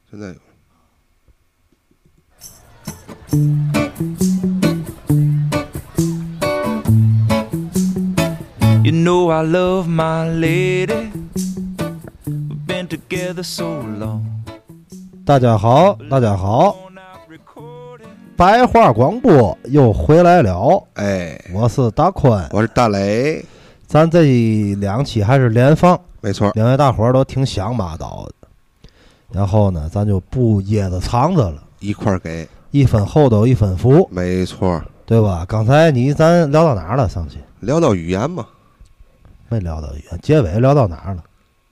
现在有。 You know I love my lady. We've been together so long. 大家好，白话广播又回来了。 哎， 我是大宽， 我是大雷。 咱这两期还是连放， 没错， 因为大伙儿都挺想马岛的。然后呢，咱就不掖着藏着了， 一块儿给， 一分厚道一分福， 没错， 对吧？刚才咱聊到哪儿了？上期聊到语言嘛， 没聊到语言，结尾聊到哪儿了？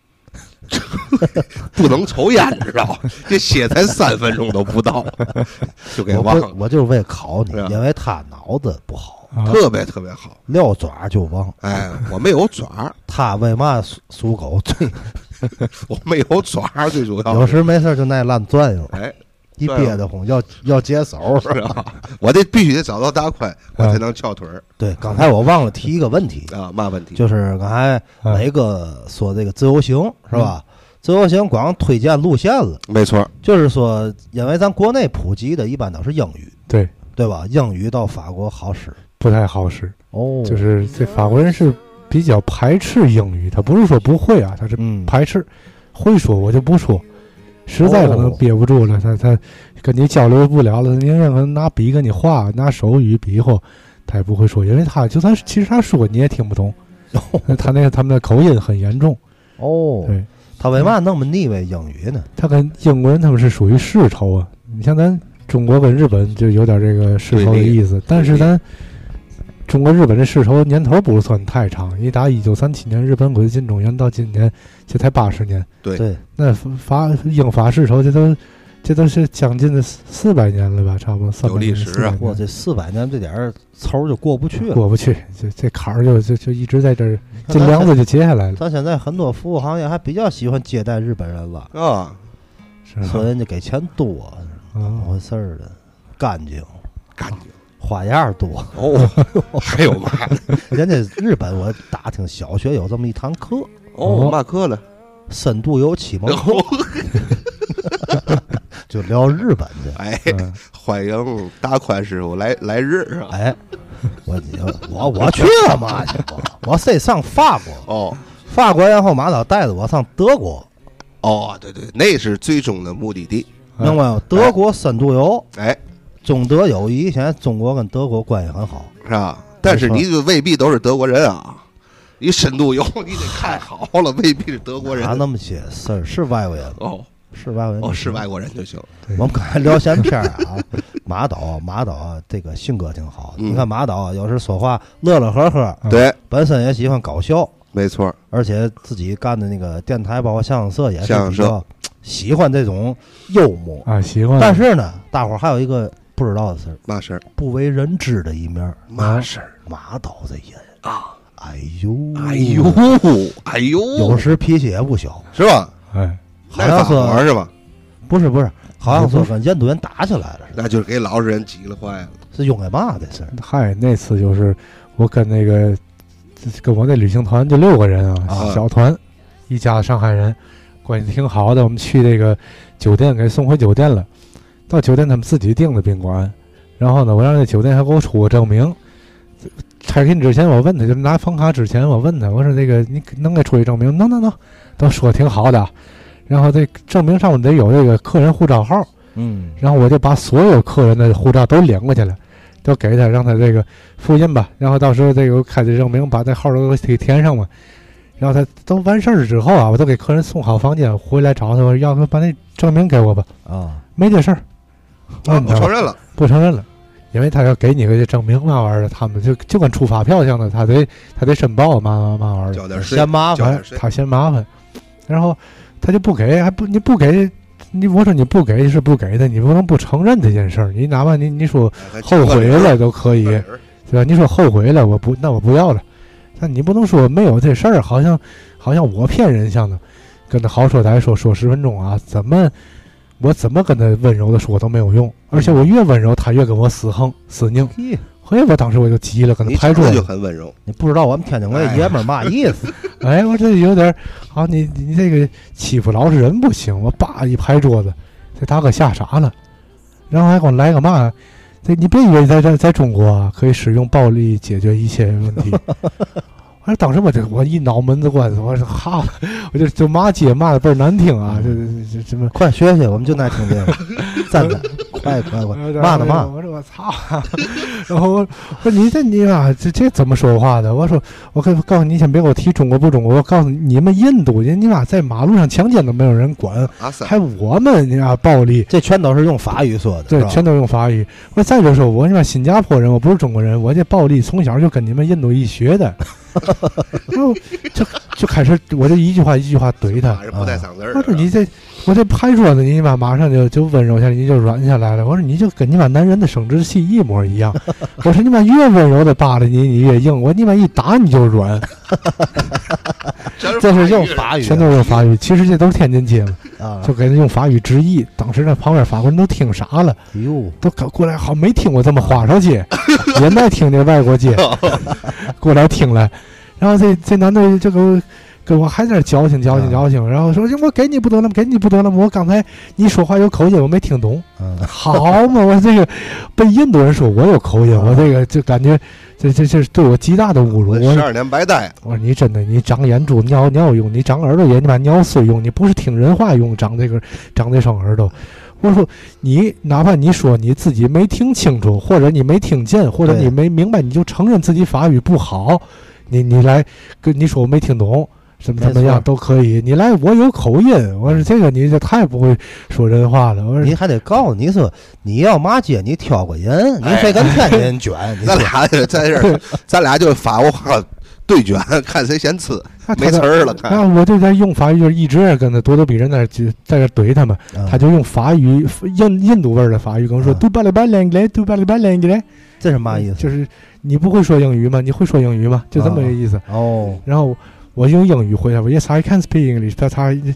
不能抽烟，知道吗？这歇才3分钟都不到，就给忘了。 我就是为考你， 是因为他脑子不好， 特别特别好， 撂爪就忘。 哎，我没有爪， 他为嘛属狗最？ 我没有爪，最主要有时没事就那烂钻悠， 哎， 一憋得慌要解手是吧？我这必须得找到大宽，我才能翘腿儿。 对，刚才我忘了提一个问题啊，嘛问题？ 就是刚才哪个说这个自由行是吧？自由行光推荐路线了， 没错， 就是说，因为咱国内普及的一般都是英语，对吧？英语到法国好使不太好使哦， 就是这法国人是比较排斥英语，他不是说不会啊，他是排斥，会说我就不说，实在可能憋不住了，他跟你交流不了了，你可能拿笔跟你画，拿手语比划，他也不会说，因为他就算其实他说你也听不懂，他们的口音很严重哦，对。他为嘛那么腻歪英语呢？ 他跟英国人他们是属于世仇啊！你像咱中国跟日本就有点这个世仇的意思，但是咱中国日本这世仇年头不算太长，一打1937年日本鬼子进中原到今年，这才80年。 对， 那英法世仇这都是将近的400年了吧，差不多300年。 有历史啊！ 哇，这400年这点仇就过不去了， 过不去，这坎儿就一直在这儿，这梁子就接下来了。 咱现在很多服务行业还比较喜欢接待日本人了啊， 说人家给钱多，怎么回事儿的？干净，花样多哦，还有嘛？ 人家日本我打听小学有这么一堂课哦，嘛课了？ 深度游启蒙课。就聊日本去， 哎，欢迎大宽师傅来日是吧？ 哎，我去了嘛去，我是上法国哦， 法国然后马导带着我上德国， 哦，对，那是最终的目的地， 明白吗？德国深度游， 哎， 中德友谊，现在中国跟德国关系很好， 是吧？但是你就未必都是德国人啊。你深度游你得看好了，未必是德国人。 哪那么些事儿是外国人哦。 是外国人哦，是外国人就行。 我们刚才聊闲篇啊，马导这个性格挺好的。你看马导有时说话乐乐呵呵， 对， 本身也喜欢搞笑， 没错。 而且自己干的那个电台包括相声社也是比较喜欢这种幽默啊，喜欢。 但是呢，大伙儿还有一个不知道的事儿， 嘛事儿？ 不为人知的一面。 嘛事儿？ 马导这人啊， 哎呦， 有时脾气也不小， 是吧？ 哎。 好像说是吧？ 不是，好像说跟印度人打起来了， 那就是给老实人急了坏了。 是用给嘛的事？ 嗨，那次就是我跟我那旅行团就6个人啊，小团，一家上海人，关系挺好的。我们去这个酒店给送回酒店了，到酒店他们自己订的宾馆，然后呢，我让那酒店还给我出个证明。check in之前我问他，就是拿房卡之前我问他，我说这个你能给出一证明？能，都说挺好的。然后这证明上面得有这个客人护照号，然后我就把所有客人的护照都领过去了，都给他，让他这个复印吧。然后到时候这个开的证明，把这号都给填上嘛。然后他都完事儿之后啊，我都给客人送好房间，回来找他，我说要不把那证明给我吧。 啊， 没这事儿， 不承认了， 因为他要给你个证明嘛玩意儿，他们就跟出发票一样的，他得申报嘛玩意儿， 交点税， 嫌麻烦， 他嫌麻烦，然后。他就不给，你不给，我说你不给是不给的，你不能不承认这件事儿。你哪怕你说后悔了都可以，对吧？你说后悔了，我不要了，但你不能说没有这事儿，好像我骗人像的，跟他好说歹说10分钟啊，我怎么跟他温柔的说都没有用，而且我越温柔，他越跟我死拧。所以我当时我就急了，跟他拍桌子。 就很温柔， 你不知道我们天津卫爷们儿嘛意思？ 哎，我这有点好，你这个欺负老实人不行，我叭一拍桌子， 这大哥吓傻了，然后还给我来个嘛？你别以为在中国啊可以使用暴力解决一切问题。我说当时我一脑门子官司，我说哈，我就骂街骂的倍儿难听啊，这什么快学学，我们就爱听这个，赞赞，快骂的骂。 我说我操，然后我说你啊，这怎么说话的？我说我告诉你，先别给我提中国不中国，我告诉你们印度人，你妈在马路上强奸都没有人管，还我们你暴力， 这全都是用法语说的， 对，全都用法语。我再者说，我你妈新加坡人，我不是中国人，我这暴力从小就跟你们印度裔学的。然后就开始，我就一句话一句话怼他， 不带嗓子儿。 我说你我这拍桌子，你马上就温柔下来，你就软下来了。我说你就跟你妈男人的生殖器一模一样。我说你妈越温柔的扒拉你越硬，我你妈一打你就软。 这是用法语， 全都是用法语。其实这都是天津街嘛，就给他用法语直译。当时那旁边法国人都听傻了，都过来，好没听过这么花哨街，也没听那外国街，过来听了。然后这男的就跟我还在那矫情，然后说我给你不得了吗？我刚才你说话有口音，我没听懂。好嘛，我这个被印度人说我有口音，我这个就感觉这是对我极大的侮辱。 12年白带。 我说你真的，你长眼珠尿用，你长耳朵眼你把尿碎用，你不是听人话用，长这双耳朵。我说你哪怕你说你自己没听清楚，或者你没听见，或者你没明白，你就承认自己法语不好。你来跟你说我没听懂，怎么样都可以。你来我有口音，我说这个你这太不会说人话了。我说你还得告诉你说你要骂街，你挑过人，你非跟天津人卷。 咱俩在这儿，咱俩就法国话对卷，看谁先吃，没词儿了。 然后我就在用法语，就一直跟他咄咄逼人，在这怼他们。他就用法语印度味的法语跟我说：“Do parle pas l'anglais, do parle pas l'anglais。” 这是嘛意思？ 就是你不会说英语吗？你会说英语吗？就这么个意思。然后我用英语回答我 ：“Yes, I can speak English, but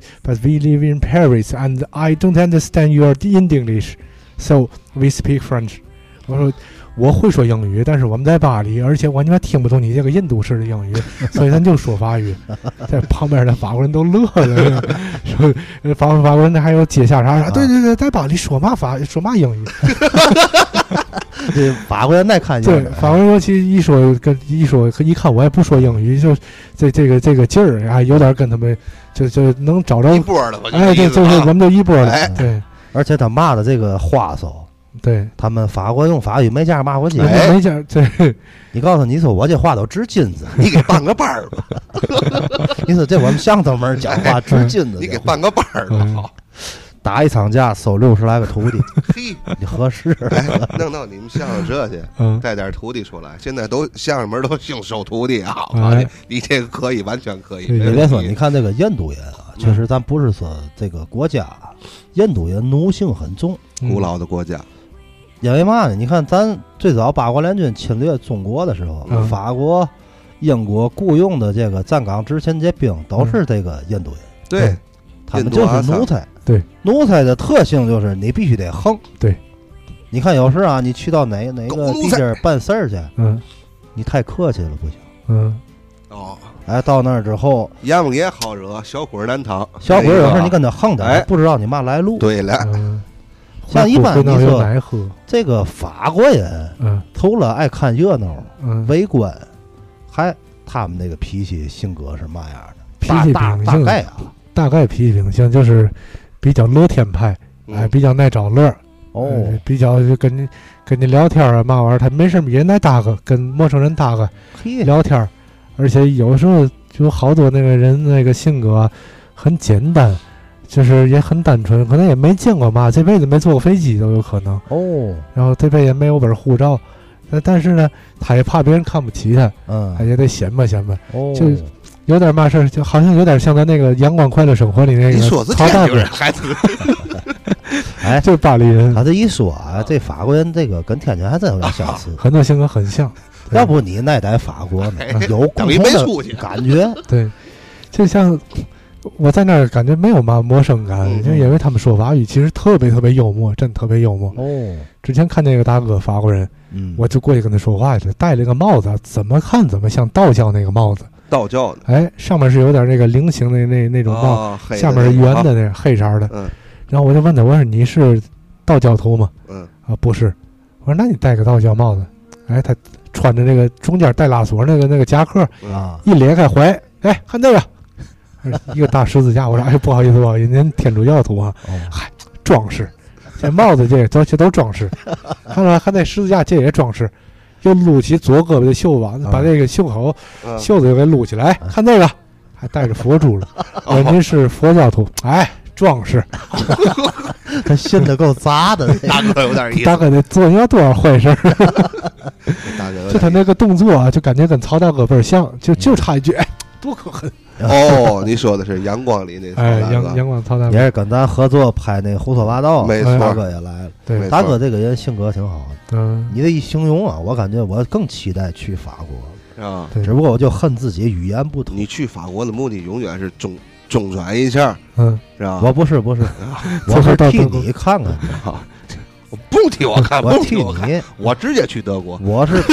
we live in Paris and I don't understand your English, so we speak French。”我说我会说英语，但是我们在巴黎，而且我你妈听不懂你这个印度式的英语，所以咱就说法语。在旁边的法国人都乐了，说法国人还有接下茬，对，在巴黎说嘛英语。 这法国人爱看对，法国人尤其一看我也不说英语，就这个劲儿啊，有点跟他们就能找着一波了。 哎，对，就是我们就一波了。对， 而且他骂的这个话嗖。 对他们法国用法语没家骂过街， 没家。对， 你告诉你说我这话都值金子， 你给办个班儿吧。 你说这我们乡头门讲话值金子， 你给办个班儿吧。好， 打一场架收60来个徒弟，你合适？ 弄到你们相声社去，带点徒弟出来。现在都相声门都兴收徒弟啊！你这个可以，完全可以。 你别说，你看这个印度人啊，确实咱不是说这个国家，印度人奴性很重， 古老的国家。 因为嘛呢？你看，咱最早八国联军侵略中国的时候，法国、英国雇佣的这个站岗执勤这兵都是这个印度人。 对， 他们就是奴才。 对， 奴才的特性就是你必须得横。 对， 你看有时啊，你去到哪个地界办事儿去，你太客气了不行。到那儿之后， 阎王爷好惹，小鬼难逃。 小鬼有时候你跟他横点，不知道你嘛来路。 对了。 像一般你说这个法国人，除了爱看热闹、围观，还他们那个脾气性格是嘛样的？ 脾气秉性大概脾气秉性就是比较乐天派，比较爱找乐。比较就跟你聊天啊嘛玩意儿，他没事也爱搭个，跟陌生人搭个聊天，而且有时候就好多那个人那个性格很简单。就是也很单纯，可能也没见过嘛，这辈子没坐过飞机都有可能。然后这辈子也没有本护照，但是呢，他也怕别人看不起他，他也得显摆。就有点嘛事儿，就好像有点像咱那个《阳光快乐生活》里那个曹大哥， 哎， 就是巴黎人。 他这一说啊，这法国人这个跟天津还真有点相似， 很多性格很像。 要不你那在法国呢，有共同的感觉。 对，就像。我在那儿感觉没有嘛陌生感，就因为他们说法语其实特别幽默，真特别幽默。之前看那个大哥法国人，我就过去跟他说话去，戴了个帽子，怎么看怎么像道教那个帽子。 道教的， 哎，上面是有点那个菱形的那种帽，下面是圆的那黑色的。 然后我就问他，我说你是道教徒吗？不是。我说那你戴个道教帽子。哎，他穿着那个中间带拉锁那个夹克一裂开怀，哎，看这个，一个大十字架。我说哎，不好意思，您天主教徒啊？嗨，装饰，这帽子这都装饰。看了看那十字架，这也装饰。又撸起左胳膊的袖子，把这个袖口袖子又给撸起来，看这个，还带着佛珠了。您是佛教徒？哎，装饰。 他信得够杂的， 大哥有点意思。 大哥得做你要多少坏事？就他那个动作啊，就感觉跟曹大哥倍儿像，就差一句，哎，多可恨。 哦，你说的是阳光里那阳光曹大哥也是跟咱合作拍那《胡说八道》， 没错， 大哥也来了。 对， 大哥这个人性格挺好的。你这一形容啊，我感觉我更期待去法国啊。 只不过我就恨自己语言不通。 你去法国的目的永远是中转一下，是吧？ 我不是，我是替你看看。 我不替我看， 我替你， 我直接去德国。 我是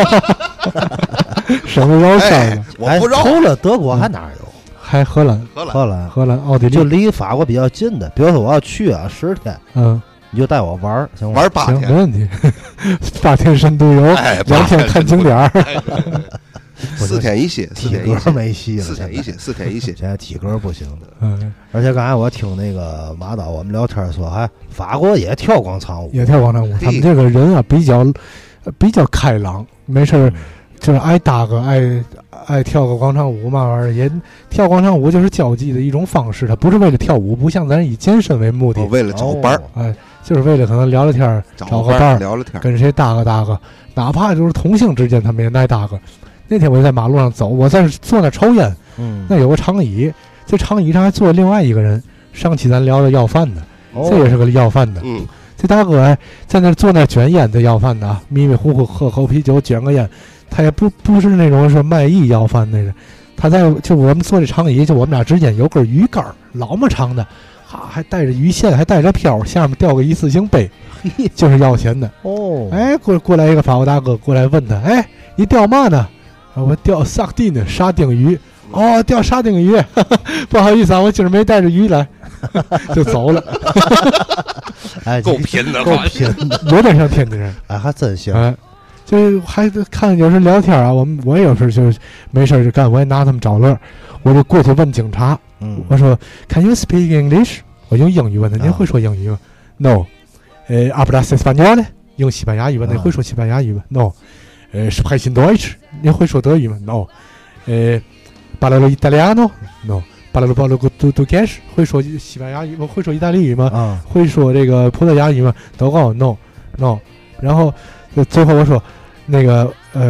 什么绕山？ 我不绕。 除了德国还哪有？ 还荷兰、奥地利， 就离法国比较近的。比如说我要去啊10天，你就带我玩，行玩8天， 没问题。8天深度游，2天看景点 ，4天一歇， 体格没戏了。 4天一歇， 现在体格不行的。而且刚才我听那个马导我们聊天说，还法国也跳广场舞， 他们这个人啊比较开朗，没事就是爱搭个爱跳个广场舞嘛玩意儿，也跳广场舞就是交际的一种方式，它不是为了跳舞，不像咱以健身为目的， 为了找伴儿， 哎，就是为了可能聊聊天，找个伴儿， 聊聊天， 跟谁搭个，哪怕就是同性之间，他们也爱搭个。那天我就在马路上走，我在坐那抽烟，那有个长椅，这长椅上还坐了另外一个人。上期咱聊的要饭的，这也是个要饭的，这大哥哎，在那坐那卷烟的要饭的，迷迷糊糊喝口啤酒，卷个烟。他也不是那种说卖艺要饭那个，他就我们坐这长椅，就我们俩之间有根鱼竿，老么长的，还带着鱼线，还带着漂，下面吊个一次性杯，就是要钱的。哎，过来一个法国大哥过来问他，哎，你钓嘛呢？我钓沙丁呢，沙丁鱼。哦，钓沙丁鱼，不好意思啊，我今儿没带着鱼来，就走了。 哎，够贫的， 有点像天津人， 哎，还真行。 哎，就是还看有时聊天啊，我有时就是没事就干，我也拿他们找乐，我就过去问警察，我说 Can you speak English？ 我用英语问他，您会说英语吗 ？No， hablas español？ 用西班牙语问他，会说西班牙语吗 ？No， sprechen Deutsch？ 您会说德语吗 ？No，parlo italiano？No，parlo portugués？ 会说西班牙语吗？会说意大利语吗？会说这个葡萄牙语吗？都告诉我 No。然后最后我说那个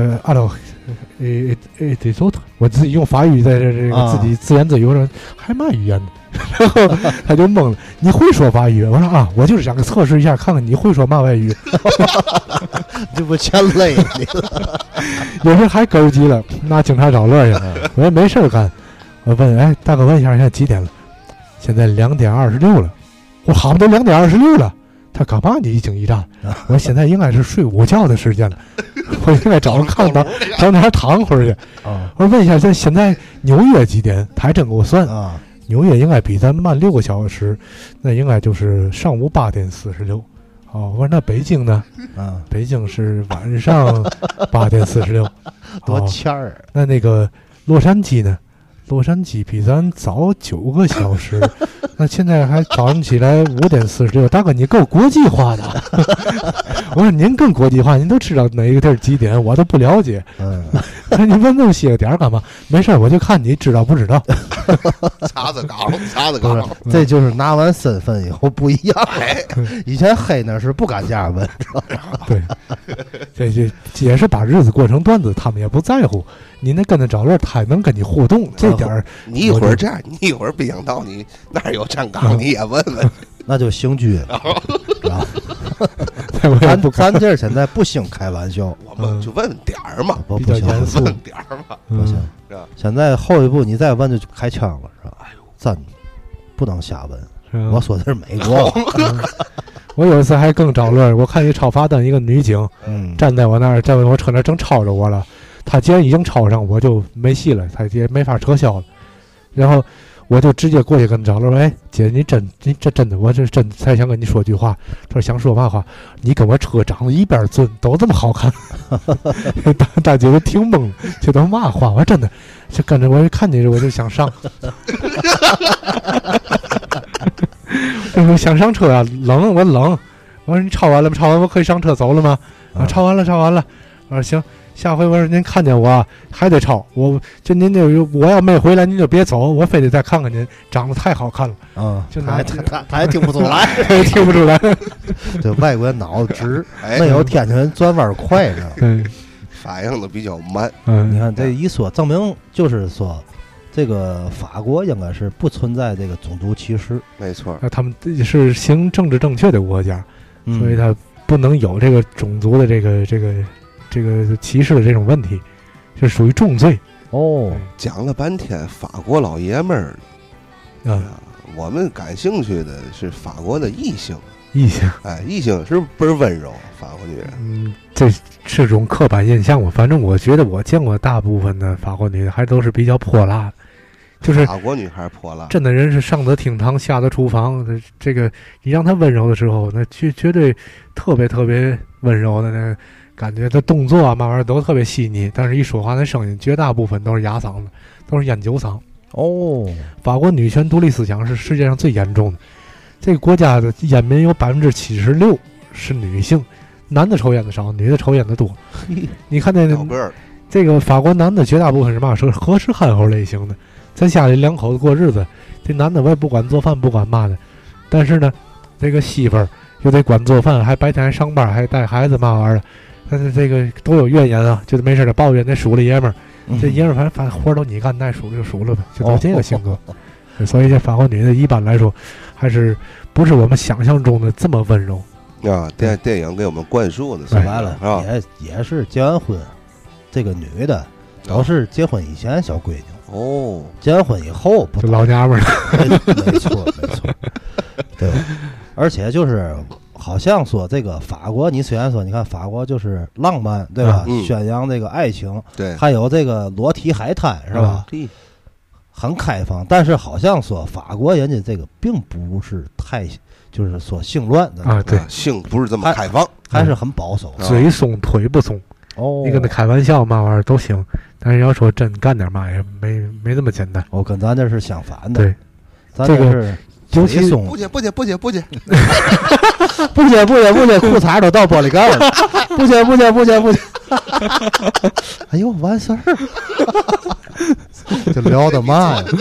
得走，我自己用法语在这个自己自言自语，我说还嘛语言呢？然后他就懵了，你会说法语？我说啊，我就是想测试一下，看看你会说嘛外语。 这不全累你了？ 有时还勾机了，拿警察找乐去。我也没事干，我问，哎，大哥问一下，现在几点了？现在2点26了。我好不都2点26了。他干嘛你一惊一乍？我说现在应该是睡午觉的时间了，我应该找个炕找哪躺会儿去。我说问一下，现在纽约几点？他还真给我算啊，纽约应该比咱慢6个小时，那应该就是上午8点46。我说那北京呢？北京是晚上8点46， 多欠儿。 那个洛杉矶呢？洛杉矶比咱早9个小时，那现在还早上起来5点46。大哥，你够国际化的。我说您更国际化，您都知道哪个地儿几点，我都不了解。你问那么些个点干嘛？没事，我就看你知道不知道。 查子岗， 这就是拿完身份以后不一样。以前黑那是不敢这样问， 对，这也是把日子过成段子，他们也不在乎。你那跟他找乐，他还能跟你互动，这点儿。 你一会儿这样，你一会儿没想到你那儿有站岗，你也问问， 那就刑拘了。咱这儿现在不兴开玩笑， 我们就问点儿嘛， 比较严肃， 问点儿嘛， 不行。现在后一步你再问就开枪了，是吧？哎呦，真不能瞎问。我说的是美国。 我有一次还更找乐，我看一超罚单，一个女警，站在我那儿，在我车那正超着我了。他既然已经超上，我就没戏了，他也没法撤销了。然后我就直接过去跟张乐说：“哎，姐，你这真的，我这真才想跟你说句话。这想说嘛话？你跟我车长得一边尊，都这么好看。”大姐都听懵了，这都嘛话？我真的，就跟着我一看见我就想上。就是想上车啊，冷，我冷。我说你抄完了吗？抄完我可以上车走了吗？啊，抄完了。我说行。下回我说您看见我还得抄，就您就我要没回来您就别走，我非得再看看您，长得太好看了啊！ 就他还听不出来， 他也听不出来。 对，外国人脑子直，没有天津人转弯快呢， 反应的比较慢。 你看这一说，证明就是说，这个法国应该是不存在这个种族歧视， 没错。 他们是行政治正确的国家，所以他不能有这个种族的这个歧视的这种问题，是属于重罪哦。 讲了半天法国老爷们儿，我们感兴趣的是法国的异性，异性是倍儿温柔，法国女人。 这是种刻板印象。反正我觉得我见过大部分的法国女的还都是比较泼辣的，就是法国女孩泼辣。 真的人是上得厅堂，下得厨房。这个你让她温柔的时候，那绝对特别特别温柔的那个。感觉这动作啊，慢慢都特别细腻，但是一说话那声音，绝大部分都是哑嗓子，都是烟酒嗓。 哦， 法国女权独立思想是世界上最严重的，这个国家的烟民有76%是女性，男的抽烟的少，女的抽烟的多。你看这个法国男的绝大部分是嘛？是和食憨厚类型的，在家里两口子过日子，这男的我也不管做饭，不管嘛的，但是呢，这个媳妇儿又得管做饭，还白天还上班，还带孩子嘛玩意儿。但是这个都有怨言啊，就是没事的抱怨那属了爷们儿，这爷们儿反正活都你干，爱数就数了呗，就都这个性格。所以这法国女的一般来说，还是不是我们想象中的这么温柔啊？电影给我们灌输的， 说白了也是结完婚，这个女的都是结婚以前小闺女哦， 结完婚以后不就老娘们儿。没错，对，而且就是。好像说这个法国，你虽然说你看法国就是浪漫，对吧？宣扬这个爱情， 对， 还有这个裸体海滩，是吧？很开放，但是好像说法国人家这个并不是太，就是说性乱的啊，对， 性不是这么开放， 还是很保守， 嘴松腿不松。 哦， 你跟他开玩笑嘛玩意儿都行，但是要说真干点嘛也没这么简单。 跟咱这是相反的， 对， 咱这是。 尤其不接，裤衩都到玻璃盖了，不接，哎呦，完事儿，这聊的嘛呀？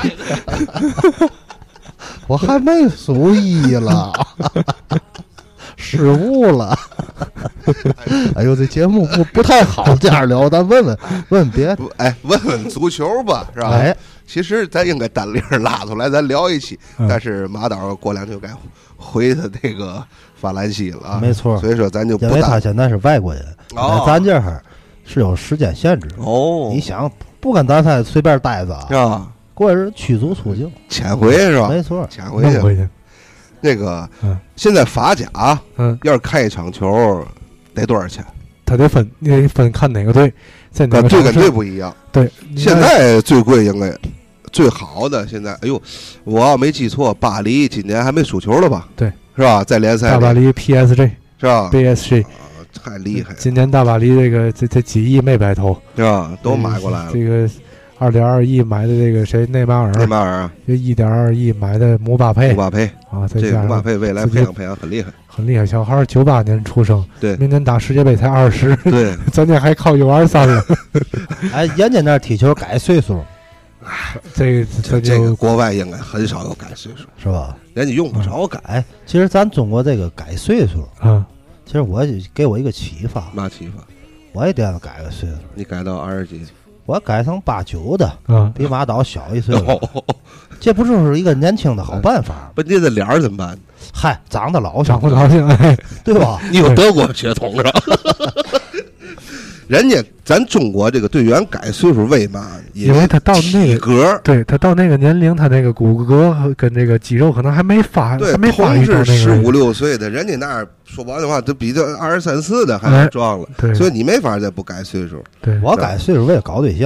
我还没数一了，失误了。哎呦，这节目不太好这样聊，咱问别， 问足球吧，是吧？ 哎。 其实咱应该单粒拉出来，咱聊一期。但是马导过两天就该回他这个法兰西了啊， 没错。 所以说咱就不， 因为他现在是外国人，在咱这儿是有时间限制哦。 你想不跟咱再随便待着啊？ 过日驱逐出境， 潜回是吧？ 没错， 潜回去。那个，现在法甲，要是开一场球得多少钱？ 他得分看哪个队。在哪个队跟队不一样， 对， 现在最贵应该最好的现在，哎呦，我要没记错，巴黎今年还没输球了吧？ 对， 是吧？在联赛大巴黎 PSG 是吧 ？PSG 太厉害了， 今年大巴黎这几亿没白投， 是吧？都买过来了。 这个2.2亿买的这个谁内马尔啊， 就1.2亿买的姆巴佩啊， 这个姆巴佩未来培养很厉害。 很厉害，小孩98年出生， 对， 明年打世界杯才20， 对， 咱这还靠U23了。 哎，人家那踢球改岁数， 这个国外应该很少有改岁数， 是吧？ 人家用不着改。 其实咱中国这个改岁数啊， 其实我给我一个启发。 嘛启发？ 我也得改个岁数。 你改到20几？ 我改成89的，比马导小1岁。这不就是一个年轻的好办法？ 不，你的脸怎么办？ 嗨，长得老长不高兴， 对吧？ 你有德国血统是吧？人家咱中国这个队员改岁数为嘛？ 因为他到那个对他到那个年龄，他那个骨骼跟这个肌肉可能还没发， 对， 还没发育到那个。 15、16岁的人家那儿说白的话，都比这23、24的还壮了， 对， 所以你没法再不改岁数。 对， 我改岁数为了搞对象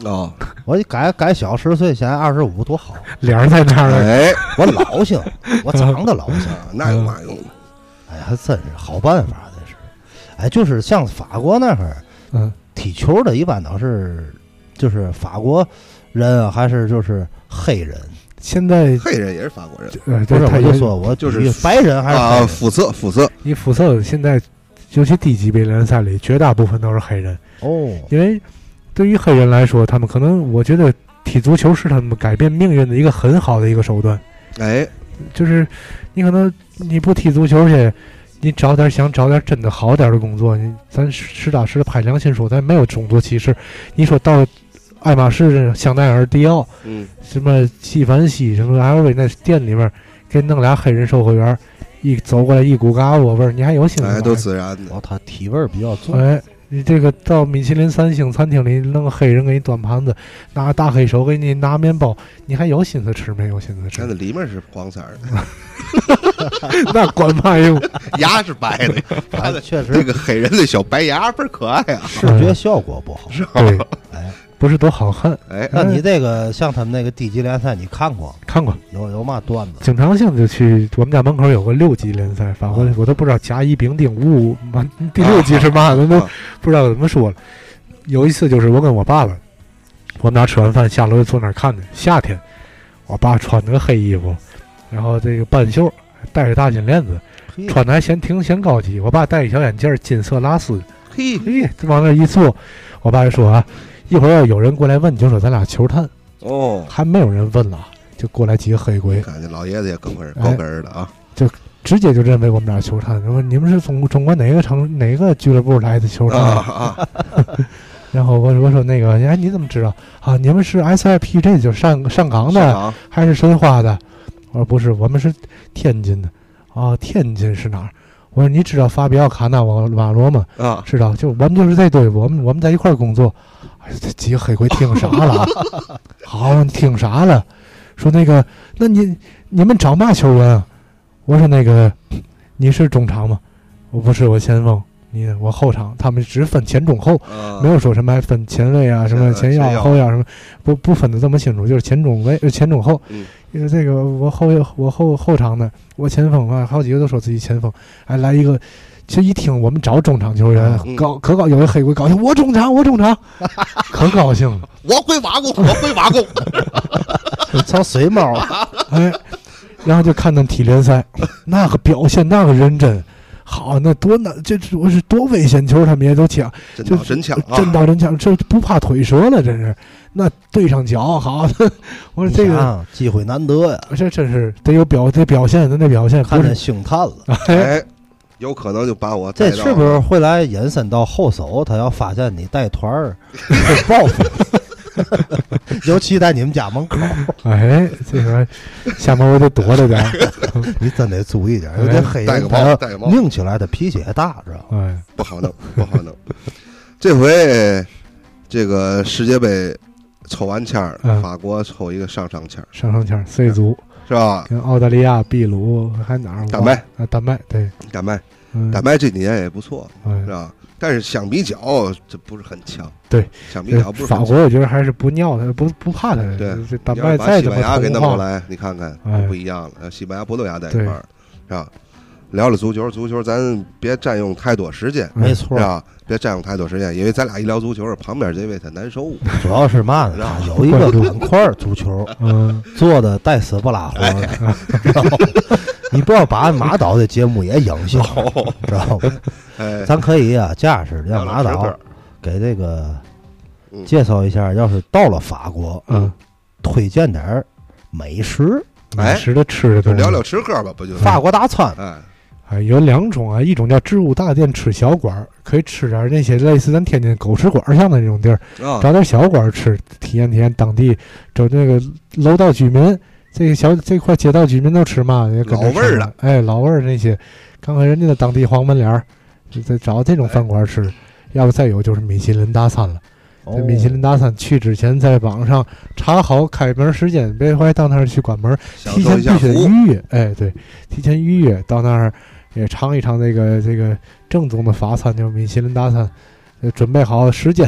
哦， 我改小10岁，现在25多好， 脸在那儿了。 哎， 我老性，我长得老性， 那有嘛用？ 哎呀，真是好办法，这是。哎，就是像法国那会儿，踢球的一般都是就是法国人啊，还是就是黑人。 现在黑人也是法国人， 不是，我就说我就是白人还是啊，肤色， 你肤色现在，尤其低级别联赛里，绝大部分都是黑人哦。 因为对于黑人来说，他们可能我觉得踢足球是他们改变命运的一个很好的一个手段。 哎， 就是你可能你不踢足球去，你想找点真的好点的工作，咱实打实的拍良心说，咱没有种族歧视。你说到爱马仕、香奈儿、迪奥，什么纪梵希、什么 LV 那店里面，给弄俩黑人售货员，一走过来一股嘎窝味儿，你还有心思？ 哎，都自然的。 哦，他体味比较重。 哎，你这个到米其林3星餐厅里，弄个黑人给你端盘子，拿大黑手给你拿面包，你还有心思吃没有心思吃？ 那里面是黄色的， 那管嘛用？ 牙是白的， 反正确实这个黑人的小白牙倍儿可爱啊， 视觉效果不好。 对，哎。不是多好看， 哎， 那你这个像他们那个低级联赛，你看过？ 看过， 有嘛段子？ 经常性就去我们家门口有个6级联赛，法国我都不知道甲乙丙丁戊，第6级是嘛的都不知道怎么说了。有一次就是我跟我爸爸，我们俩吃完饭下楼坐那儿看的，夏天，我爸穿着个黑衣服，然后这个半袖，戴着大金链子，穿的还挺高级。我爸戴一小眼镜，金色拉丝，嘿，往那一坐，我爸就说啊。一会儿要有人过来问，就说咱俩球探哦， 还没有人问了，就过来几个黑鬼， 看这老爷子也高跟的啊， 就直接就认为我们俩球探，说你们是中国哪个俱乐部来的球探啊？ 然后我说那个，哎，你怎么知道啊？你们是 SIPG 就是上港的还是申花的？我说不是，我们是天津的啊。天津是哪儿？我说你知道法比奥卡纳瓦罗吗？啊，知道，就我们就是这队，我们在一块儿工作。哎，这几个黑鬼听啥了？好，你听啥了？说那个，那你们找嘛球员啊？我说那个，你是中场吗？我不是，我前锋。我后场，他们只分前中后，没有说什么还分前卫啊，什么前腰后腰什么，不分得这么清楚，就是前中前中后。因为这个我后场的，我前锋啊，好几个都说自己前锋，哎，来一个。其实一听我们找中场球员，可高，有一黑鬼高兴，我中场，可高兴了。 我会挖工， 操水猫， 哎，然后就看他踢联赛，那个表现，那个认真，好，那多难，这我是多危险球，他们也都抢， 真抢， 这不怕腿折了，真是。那对上脚，好，我说这个机会难得呀， 这真是得有表现，那表现看见星探了， 哎。有可能就把我带到这是不是会来延伸到后手？他要发现你带团儿，会报复。尤其在你们家门口。 哎，这个下面我得躲着点你真得注意点。有点黑人， 戴个帽， 拧起来的脾气也大，知道吗？ 哎， 不好弄。这回这个世界杯抽完签儿，法国抽一个上签儿 ，C 组。 是吧？ 跟澳大利亚、秘鲁还哪儿？丹麦对， 丹麦这几年也不错，是吧？但是相比较，这不是很强。 对， 相比较不是法国，我觉得还是不尿他，不怕他。 对， 这丹麦再怎么西班牙给弄过来，你看看不一样了。西班牙、葡萄牙在一块儿，是吧？聊了足球，咱别占用太多时间， 没错， 是吧？别占用太多时间，因为咱俩一聊足球，旁边这位他难受。 主要是嘛呢？有一个板块足球，做的带死不拉活的，你不要把马导的节目也影响，知道吗？咱可以啊，架势让马导给这个介绍一下，要是到了法国，推荐点美食的吃的， 就聊聊吃喝吧，不就法国大餐？ 哎，有2种啊，一种叫植物大店吃小馆，可以吃点那些类似咱天津狗吃馆像的那种地儿，找点小馆吃，体验当地，找这个楼道居民，这块街道居民都吃嘛， 老味儿了， 哎，老味儿那些，看看人家的当地黄焖脸，就再找这种饭馆吃，要不再有就是米其林大餐了。这米其林大餐去之前，在网上查好开门时间，别回到那儿去关门，提前必须预约。哎，对，提前预约到那儿也尝一尝这个正宗的法餐，就是米其林大餐。准备好时间，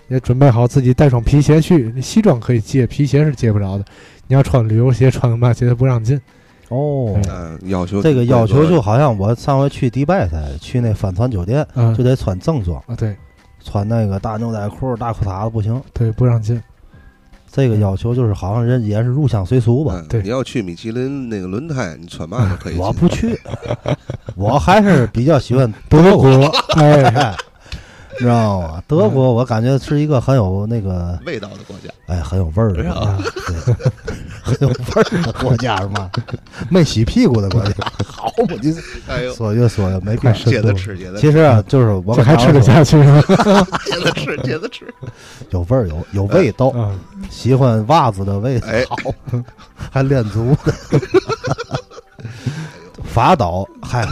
也准备好自己带双皮鞋去。西装可以借，皮鞋是借不着的。你要穿旅游鞋，穿个嘛鞋不让进。 哦， 要求这个要求就好像我上回去迪拜才去那帆船酒店，就得穿正装啊，对， 穿那个大牛仔裤、大裤衩子不行， 对，不让进。 这个要求就是好像人也是入乡随俗吧？ 对， 你要去米其林那个轮胎，你穿嘛都可以。 我不去，我还是比较喜欢德国，哎。 知道吗？德国我感觉是一个很有那个味道的国家， 哎，很有味儿的国家，对，很有味儿的国家是吗？没洗屁股的国家，好嘛，你说越说越没必要。 接着吃， 其实啊，就是我还吃得下去吗？ 接着吃， 有味儿，有味道，喜欢袜子的味道，好，还练足的。法岛，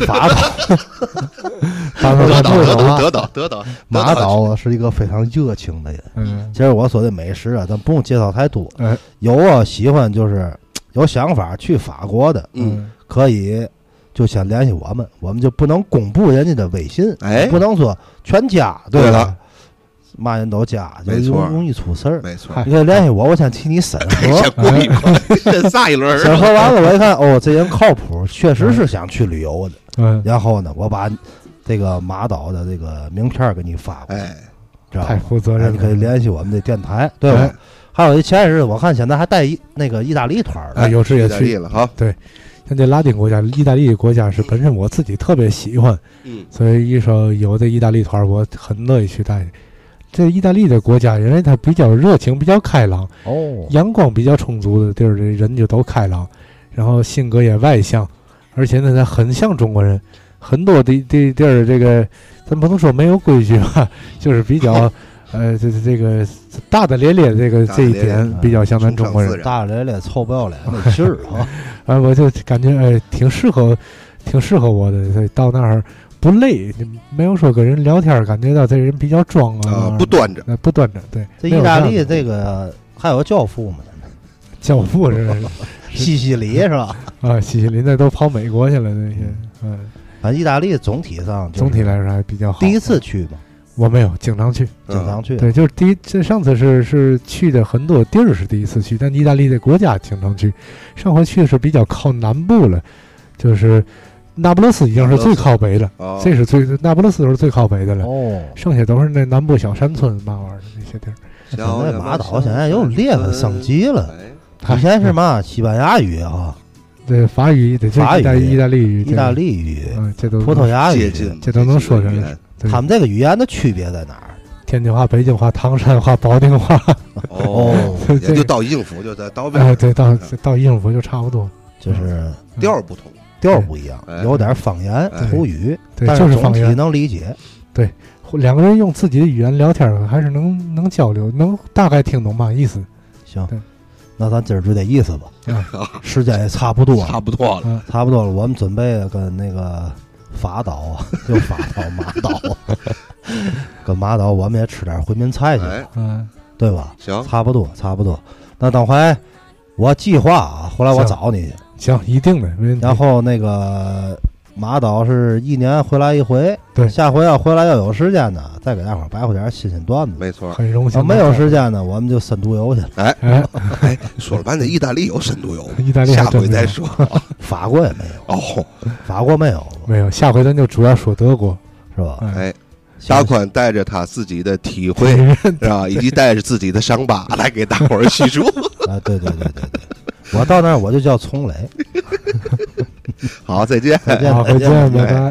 德岛， 马岛是一个非常热情的人。其实我说的美食啊，咱不用介绍太多。有啊，喜欢就是有想法去法国的，可以就先联系我们就不能公布人家的微信，不能说全加，对吧？嘛人都加，就容易出事儿。没错，你可以联系我先替你审核。 审啥一轮？ 审核完了，我一看，哦，这人靠谱，确实是想去旅游的。然后呢，我把这个马岛的这个名片给你发过去，知道吧？ 太负责任了。 你可以联系我们的电台，对吧？还有前一日我看现在还带那个意大利团了，有时也去了哈。 对，像这拉丁国家、意大利国家是本身我自己特别喜欢，所以一说有的意大利团，我很乐意去带。这意大利的国家，因为它比较热情、比较开朗，阳光比较充足的地儿，这人就都开朗，然后性格也外向，而且呢，它很像中国人。很多地儿，这个咱不能说没有规矩吧，就是比较，这个大大咧咧，这一点比较像咱中国人， 大大咧咧、臭不要脸那劲儿啊！ 我就感觉挺适合我的，所以到那儿。不累，没有说跟人聊天感觉到这人比较装啊， 不端着， 对。 这意大利这个还有教父吗？ 教父是西西里是吧？ 啊，西西里那都跑美国去了那些， 反正意大利总体来说还比较好。 第一次去吗？ 我没有，经常去。对，就是这上次是去的很多地儿是第一次去，但意大利的国家经常去。上回去是比较靠南部了，就是。那不勒斯已经是最靠北的，这是那不勒斯是最靠北的了。剩下都是那南部小山村嘛玩意儿的那些地儿。 现在马岛现在又裂了升级了，以前是嘛西班牙语啊， 对法语，意大利语，这都葡萄牙语， 这都能说上来。 他们这个语言的区别在哪儿？ 天津话、北京话、唐山话、保定话。 也就到应府就在到边。 对，到应府就差不多， 就是调不同。 调不一样，有点方言土语， 对，就是方言能理解。 对，两个人用自己的语言聊天，还是能交流，能大概听懂嘛意思。 行，那咱今儿就这意思吧。时间也差不多了， 差不多了。我们准备跟那个马岛，跟马岛，我们也吃点回民菜去，对吧？ 行， 差不多。那等会我计划啊，后来我找你去。 行，一定的。 然后那个马岛是1年回来一回， 对， 下回要回来要有时间呢，再给大伙儿白活点新鲜段子。 没错， 很荣幸。 没有时间呢，我们就深度游去。 说了半天，意大利有深度游， 意大利下回再说。 法国也没有法国没有。 下回咱就主要说德国， 是吧？ 大宽带着他自己的体会，是吧？以及带着自己的伤疤来给大伙儿叙述。 对。我到那儿我就叫丛磊。 好，再见， 再见，拜拜。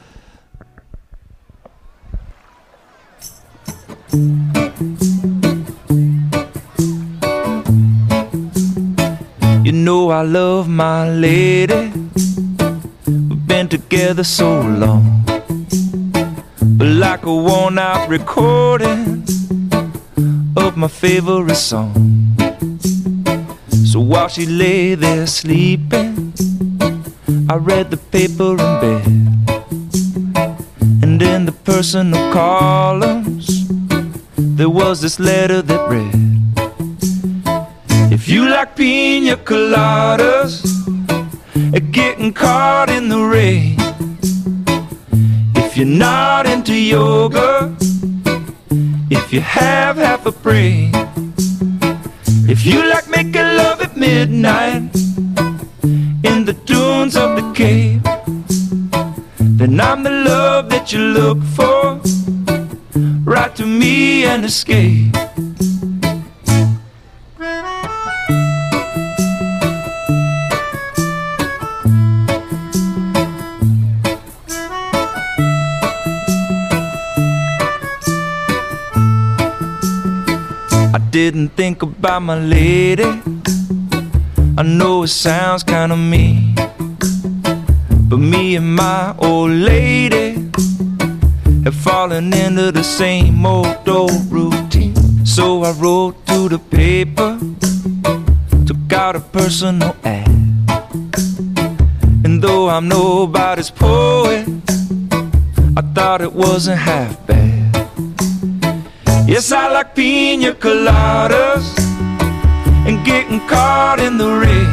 You know I love my lady. We've been together so long, but like a worn-out recording of my favorite song.So while she lay there sleeping, I read the paper in bed. And in the personal columns, there was this letter that read, If you like pina coladas, getting caught in the rain, if you're not into yoga, if you have half a brain. If you like making love at midnight in the dunes of the cave, then I'm the love that you look for. Write to me and escape. I didn't think about my lady. I know it sounds kinda mean, but me and my old lady have fallen into the same old routine. So I wrote to the paper, took out a personal ad, and though I'm nobody's poet, I thought it wasn't half bad. Yes, I like pina coladas and getting caught in the rain.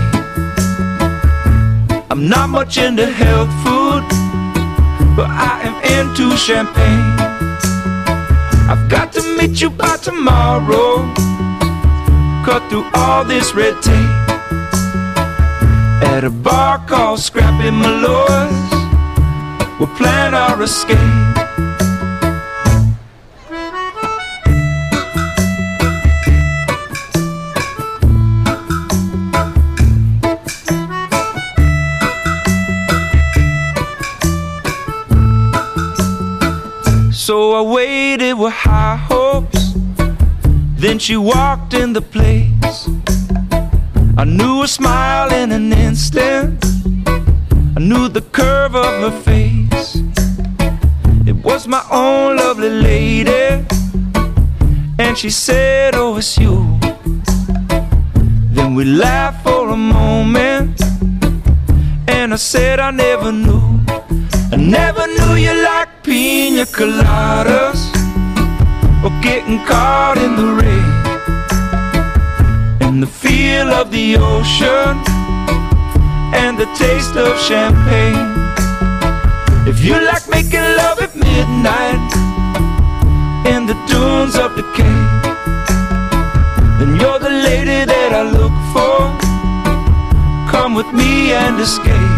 I'm not much into health food, but I am into champagne. I've got to meet you by tomorrow, cut through all this red tape at a bar called Scrappy Malloy's. We'll plan our escape. So I waited with high hopes, then she walked in the place. I knew her smile in an instant, I knew the curve of her face. It was my own lovely lady, and she said, oh, it's you. Then we laughed for a moment, and I said I never knew. I never knew you liked pina coladas or getting caught in the rain and the feel of the ocean and the taste of champagne. If you like making love at midnight in the dunes of the cave, then you're the lady that I look for. Come with me and escape.